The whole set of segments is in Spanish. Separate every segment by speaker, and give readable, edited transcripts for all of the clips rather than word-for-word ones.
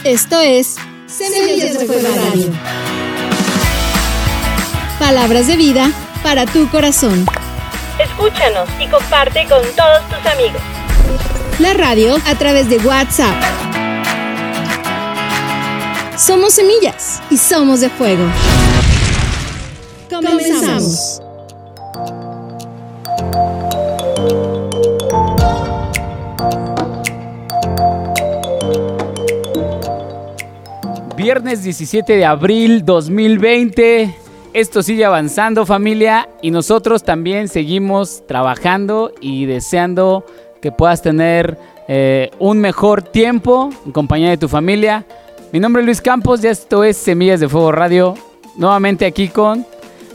Speaker 1: Esto es Semillas de Fuego Radio. Palabras de vida para tu corazón.
Speaker 2: Escúchanos y comparte con todos tus amigos.
Speaker 1: La radio a través de WhatsApp. Somos semillas y somos de fuego. Comenzamos.
Speaker 3: Viernes 17 de abril 2020. Esto sigue avanzando, familia, y nosotros también seguimos trabajando y deseando que puedas tener un mejor tiempo en compañía de tu familia. Mi nombre es Luis Campos y esto es Semillas de Fuego Radio. Nuevamente aquí con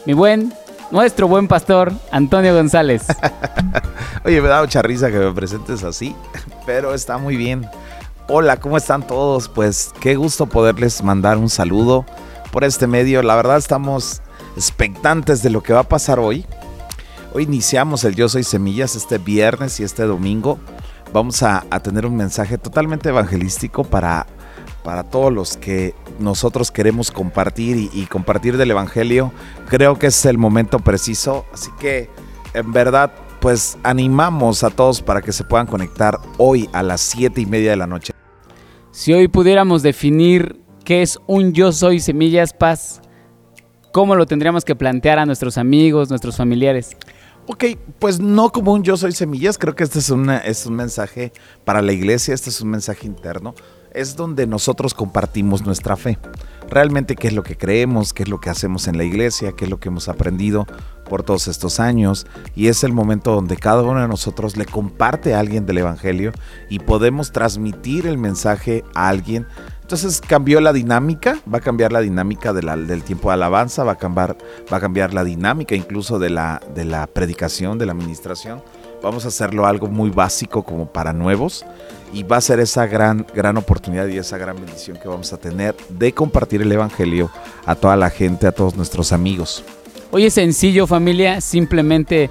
Speaker 3: nuestro buen pastor, Antonio González.
Speaker 4: Oye, me da mucha risa que me presentes así, pero está muy bien. Hola, ¿cómo están todos? Pues qué gusto poderles mandar un saludo por este medio. La verdad estamos expectantes de lo que va a pasar hoy. Hoy iniciamos el Yo Soy Semillas este viernes y este domingo. Vamos a tener un mensaje totalmente evangelístico para todos los que nosotros queremos compartir y compartir del evangelio. Creo que es el momento preciso, así que en verdad pues animamos a todos para que se puedan conectar hoy a las 7:30 de la noche.
Speaker 3: Si hoy pudiéramos definir qué es un Yo Soy Semillas, Paz, ¿cómo lo tendríamos que plantear a nuestros amigos, nuestros familiares?
Speaker 4: Ok, pues no como un Yo Soy Semillas, creo que este es un mensaje para la iglesia, este es un mensaje interno, es donde nosotros compartimos nuestra fe, realmente qué es lo que creemos, qué es lo que hacemos en la iglesia, qué es lo que hemos aprendido por todos estos años, y es el momento donde cada uno de nosotros le comparte a alguien del evangelio y podemos transmitir el mensaje a alguien. Entonces cambió la dinámica, va a cambiar la dinámica del tiempo de alabanza, va a cambiar la dinámica incluso de la predicación, de la administración. Vamos a hacerlo algo muy básico como para nuevos y va a ser esa gran oportunidad y esa gran bendición que vamos a tener de compartir el evangelio a toda la gente, a todos nuestros amigos.
Speaker 3: Hoy es sencillo, familia, simplemente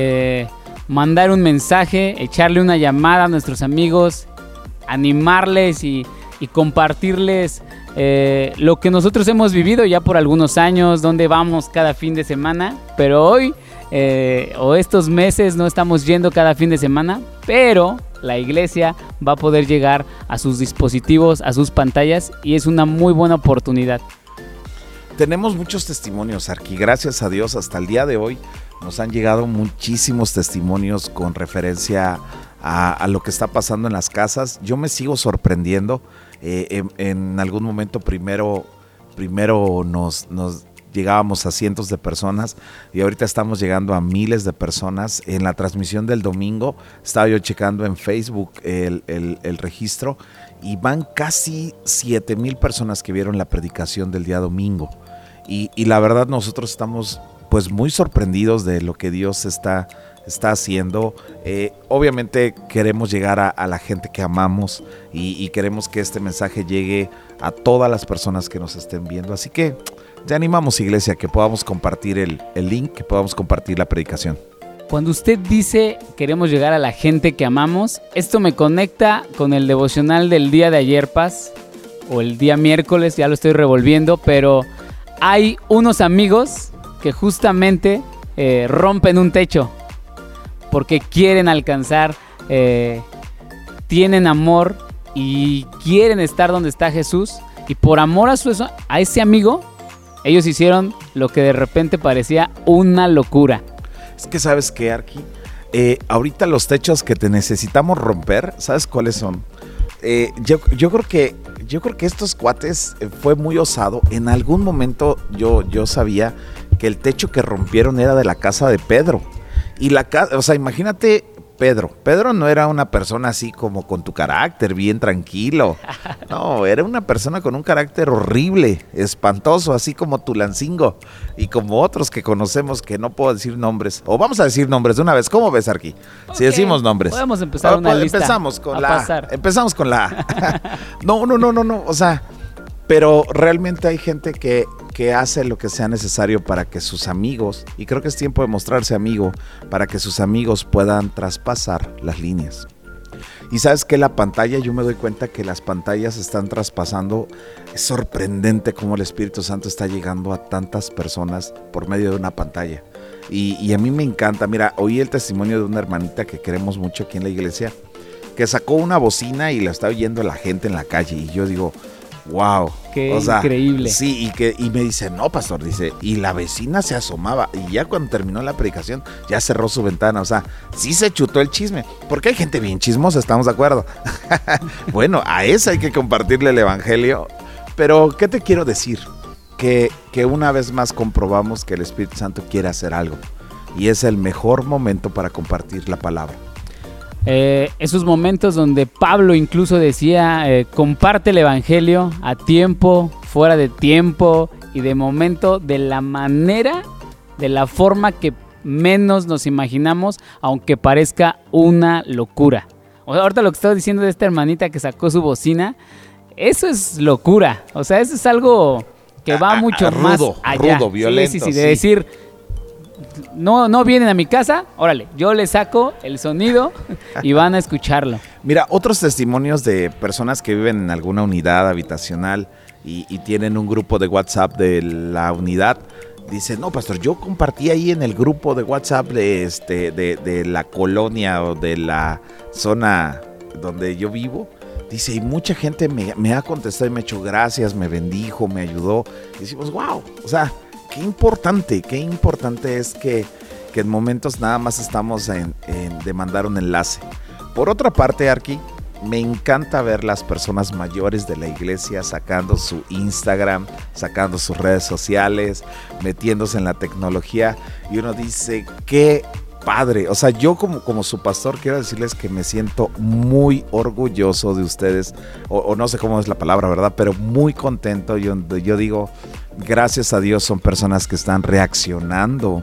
Speaker 3: mandar un mensaje, echarle una llamada a nuestros amigos, animarles y compartirles lo que nosotros hemos vivido ya por algunos años, donde vamos cada fin de semana, pero hoy o estos meses no estamos yendo cada fin de semana, pero la iglesia va a poder llegar a sus dispositivos, a sus pantallas, y es una muy buena oportunidad.
Speaker 4: Tenemos muchos testimonios, Arqui, gracias a Dios hasta el día de hoy nos han llegado muchísimos testimonios con referencia a lo que está pasando en las casas. Yo me sigo sorprendiendo. En algún momento primero nos llegábamos a cientos de personas y ahorita estamos llegando a miles de personas. En la transmisión del domingo estaba yo checando en Facebook el registro y van casi 7,000 personas que vieron la predicación del día domingo y la verdad nosotros estamos pues muy sorprendidos de lo que Dios está haciendo. Obviamente queremos llegar a la gente que amamos y queremos que este mensaje llegue a todas las personas que nos estén viendo, así que te animamos, iglesia, que podamos compartir el link, que podamos compartir la predicación.
Speaker 3: Cuando usted dice queremos llegar a la gente que amamos, esto me conecta con el devocional del día de ayer, Paz, o el día miércoles, ya lo estoy revolviendo, pero hay unos amigos que justamente rompen un techo porque quieren alcanzar, tienen amor y quieren estar donde está Jesús, y por amor a ese amigo, ellos hicieron lo que de repente parecía una locura.
Speaker 4: Es que ¿sabes qué, Arqui? Ahorita los techos que te necesitamos romper, ¿sabes cuáles son? Yo creo que estos cuates fue muy osado. En algún momento yo sabía que el techo que rompieron era de la casa de Pedro. Y o sea, imagínate Pedro no era una persona así como con tu carácter, bien tranquilo. No, era una persona con un carácter horrible, espantoso, así como Tulancingo y como otros que conocemos que no puedo decir nombres. O vamos a decir nombres de una vez. ¿Cómo ves, Arqui? Okay. Si decimos nombres.
Speaker 3: Podemos empezar una lista.
Speaker 4: Empezamos con la A. Empezamos con la A. No. O sea, pero realmente hay gente que hace lo que sea necesario para que sus amigos, y creo que es tiempo de mostrarse amigo, para que sus amigos puedan traspasar las líneas. Y sabes que la pantalla, yo me doy cuenta que las pantallas están traspasando. Es sorprendente cómo el Espíritu Santo está llegando a tantas personas por medio de una pantalla. Y a mí me encanta. Mira, oí el testimonio de una hermanita que queremos mucho aquí en la iglesia, que sacó una bocina y la está oyendo la gente en la calle. Y yo digo, wow.
Speaker 3: Qué increíble.
Speaker 4: Sí, y me dice, no, pastor, dice, y la vecina se asomaba. Y ya cuando terminó la predicación, ya cerró su ventana. O sea, sí se chutó el chisme. Porque hay gente bien chismosa, ¿estamos de acuerdo? Bueno, a esa hay que compartirle el evangelio. Pero, ¿qué te quiero decir? Que una vez más comprobamos que el Espíritu Santo quiere hacer algo. Y es el mejor momento para compartir la palabra.
Speaker 3: Esos momentos donde Pablo incluso decía, comparte el evangelio a tiempo, fuera de tiempo y de momento, de la manera, de la forma que menos nos imaginamos, aunque parezca una locura. O sea, ahorita lo que estaba diciendo de esta hermanita que sacó su bocina, eso es locura. O sea, eso es algo que va mucho más allá.
Speaker 4: Rudo, violento.
Speaker 3: Sí, de decir, no vienen a mi casa, órale, yo les saco el sonido y van a escucharlo.
Speaker 4: Mira, otros testimonios de personas que viven en alguna unidad habitacional y tienen un grupo de WhatsApp de la unidad. Dicen, no, pastor, yo compartí ahí en el grupo de WhatsApp de la colonia o de la zona donde yo vivo. Dice, y mucha gente me ha contestado y me ha hecho gracias, me bendijo, me ayudó. Y decimos, wow, o sea, qué importante es que en momentos nada más estamos en de mandar un enlace. Por otra parte, Arqui, me encanta ver las personas mayores de la iglesia sacando su Instagram, sacando sus redes sociales, metiéndose en la tecnología. Y uno dice, qué padre. O sea, yo como su pastor quiero decirles que me siento muy orgulloso de ustedes, o no sé cómo es la palabra, ¿verdad? Pero muy contento. Yo digo, gracias a Dios son personas que están reaccionando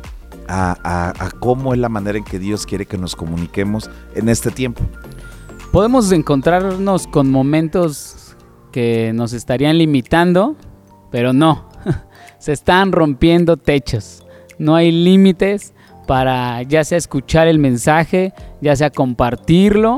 Speaker 4: a cómo es la manera en que Dios quiere que nos comuniquemos en este tiempo.
Speaker 3: Podemos encontrarnos con momentos que nos estarían limitando, pero no, se están rompiendo techos. No hay límites para ya sea escuchar el mensaje, ya sea compartirlo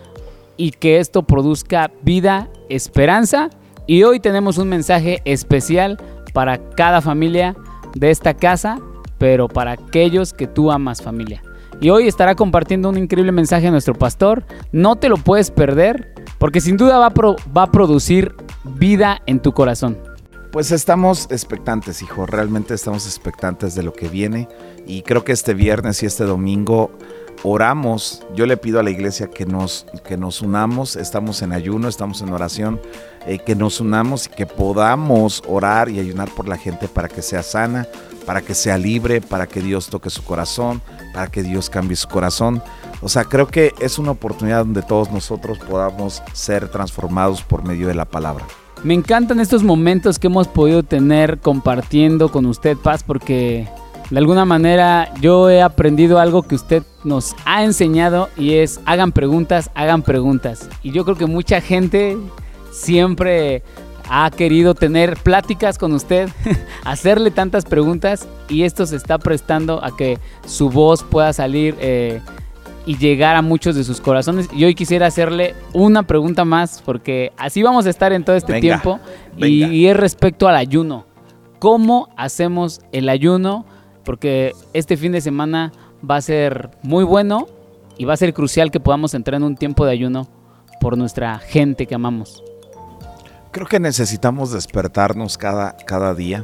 Speaker 3: y que esto produzca vida, esperanza. Y hoy tenemos un mensaje especial para cada familia de esta casa, pero para aquellos que tú amas, familia. Y hoy estará compartiendo un increíble mensaje a nuestro pastor. No te lo puedes perder, porque sin duda va a producir vida en tu corazón.
Speaker 4: Pues estamos expectantes, hijo. Realmente estamos expectantes de lo que viene. Y creo que este viernes y este domingo oramos. Yo le pido a la iglesia que nos unamos. Estamos en ayuno, estamos en oración. Que nos unamos y que podamos orar y ayunar por la gente para que sea sana, para que sea libre, para que Dios toque su corazón, para que Dios cambie su corazón. O sea, creo que es una oportunidad donde todos nosotros podamos ser transformados por medio de la palabra.
Speaker 3: Me encantan estos momentos que hemos podido tener compartiendo con usted, Paz, porque de alguna manera yo he aprendido algo que usted nos ha enseñado y es hagan preguntas. Y yo creo que mucha gente siempre ha querido tener pláticas con usted, hacerle tantas preguntas, y esto se está prestando a que su voz pueda salir y llegar a muchos de sus corazones. Y hoy quisiera hacerle una pregunta más, porque así vamos a estar en todo este tiempo. Y es respecto al ayuno. ¿Cómo hacemos el ayuno? Porque este fin de semana va a ser muy bueno y va a ser crucial que podamos entrar en un tiempo de ayuno por nuestra gente que amamos.
Speaker 4: Creo que necesitamos despertarnos cada día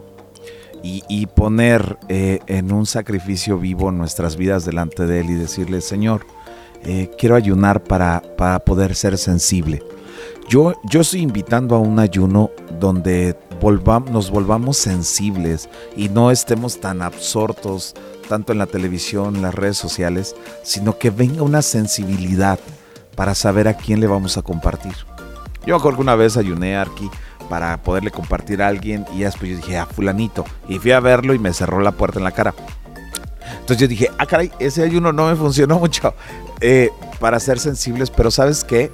Speaker 4: y poner en un sacrificio vivo nuestras vidas delante de Él y decirle, Señor, quiero ayunar para poder ser sensible. Yo estoy invitando a un ayuno donde nos volvamos sensibles y no estemos tan absortos tanto en la televisión, en las redes sociales, sino que venga una sensibilidad para saber a quién le vamos a compartir. Yo me acuerdo que una vez ayuné, Arqui, para poderle compartir a alguien, y después yo dije, fulanito, y fui a verlo y me cerró la puerta en la cara. Entonces yo dije, caray, ese ayuno no me funcionó mucho para ser sensibles, pero ¿sabes qué?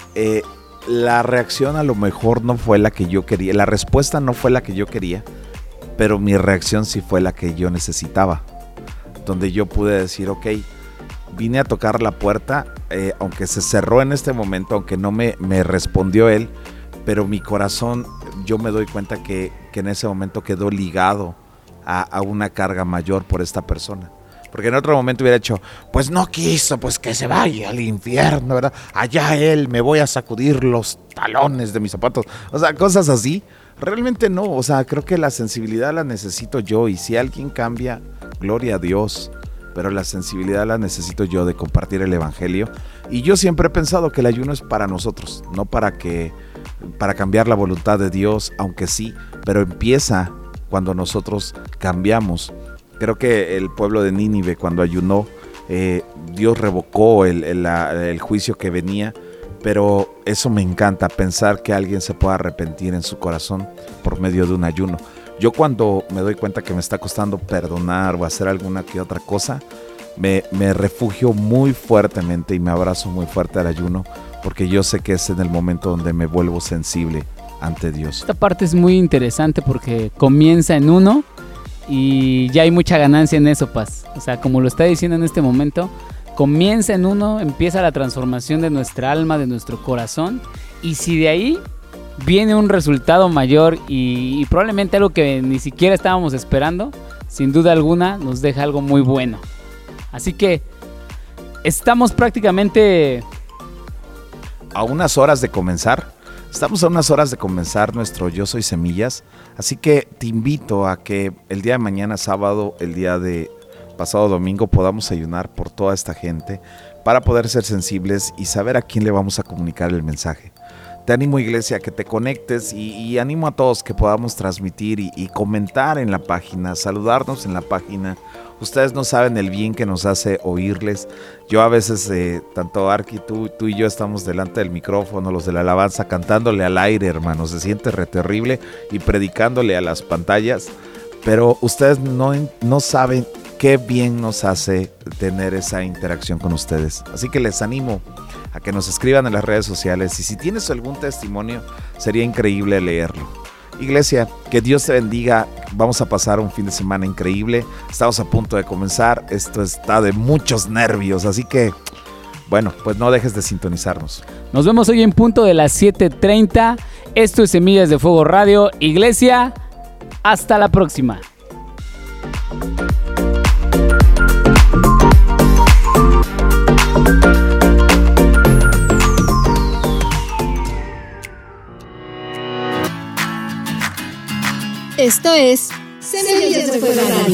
Speaker 4: La reacción a lo mejor no fue la que yo quería, la respuesta no fue la que yo quería, pero mi reacción sí fue la que yo necesitaba, donde yo pude decir, ok, vine a tocar la puerta, aunque se cerró en este momento, aunque no me respondió él, pero mi corazón, yo me doy cuenta que en ese momento quedó ligado a una carga mayor por esta persona. Porque en otro momento hubiera hecho, pues no quiso, pues que se vaya al infierno, ¿verdad? Allá él, me voy a sacudir los talones de mis zapatos. O sea, cosas así. Realmente no, o sea, creo que la sensibilidad la necesito yo, y si alguien cambia, gloria a Dios, pero la sensibilidad la necesito yo de compartir el evangelio. Y yo siempre he pensado que el ayuno es para nosotros, no para cambiar la voluntad de Dios, aunque sí, pero empieza cuando nosotros cambiamos. Creo que el pueblo de Nínive, cuando ayunó, Dios revocó el juicio que venía. Pero eso me encanta, pensar que alguien se pueda arrepentir en su corazón por medio de un ayuno. Yo cuando me doy cuenta que me está costando perdonar o hacer alguna que otra cosa, me refugio muy fuertemente y me abrazo muy fuerte al ayuno, porque yo sé que es en el momento donde me vuelvo sensible ante Dios.
Speaker 3: Esta parte es muy interesante porque comienza en uno y ya hay mucha ganancia en eso, Paz. O sea, como lo está diciendo en este momento, comienza en uno, empieza la transformación de nuestra alma, de nuestro corazón, y si de ahí viene un resultado mayor y probablemente algo que ni siquiera estábamos esperando, sin duda alguna nos deja algo muy bueno. Así que estamos prácticamente
Speaker 4: a unas horas de comenzar. Estamos a unas horas de comenzar nuestro Yo Soy Semillas, así que te invito a que el día de mañana sábado, el día de pasado domingo, podamos ayunar por toda esta gente para poder ser sensibles y saber a quién le vamos a comunicar el mensaje. Te animo, iglesia, a que te conectes y animo a todos que podamos transmitir y comentar en la página, saludarnos en la página. Ustedes no saben el bien que nos hace oírles. Yo a veces, tanto Arqui, tú y yo estamos delante del micrófono, los de la alabanza, cantándole al aire, hermano. Se siente re terrible, y predicándole a las pantallas. Pero ustedes no saben qué bien nos hace tener esa interacción con ustedes. Así que les animo a que nos escriban en las redes sociales, y si tienes algún testimonio, sería increíble leerlo. Iglesia, que Dios te bendiga. Vamos a pasar un fin de semana increíble. Estamos a punto de comenzar. Esto está de muchos nervios, así que, bueno, pues no dejes de sintonizarnos.
Speaker 3: Nos vemos hoy en punto de las 7:30. Esto es Semillas de Fuego Radio. Iglesia, hasta la próxima.
Speaker 1: Esto es Semillas de Fuego Radio.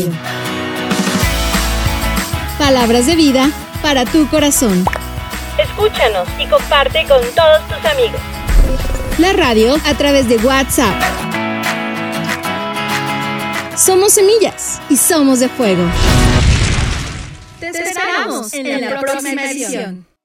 Speaker 1: Palabras de vida para tu corazón.
Speaker 2: Escúchanos y comparte con todos tus amigos.
Speaker 1: La radio a través de WhatsApp. Somos semillas y somos de fuego.
Speaker 5: Te esperamos en la próxima edición.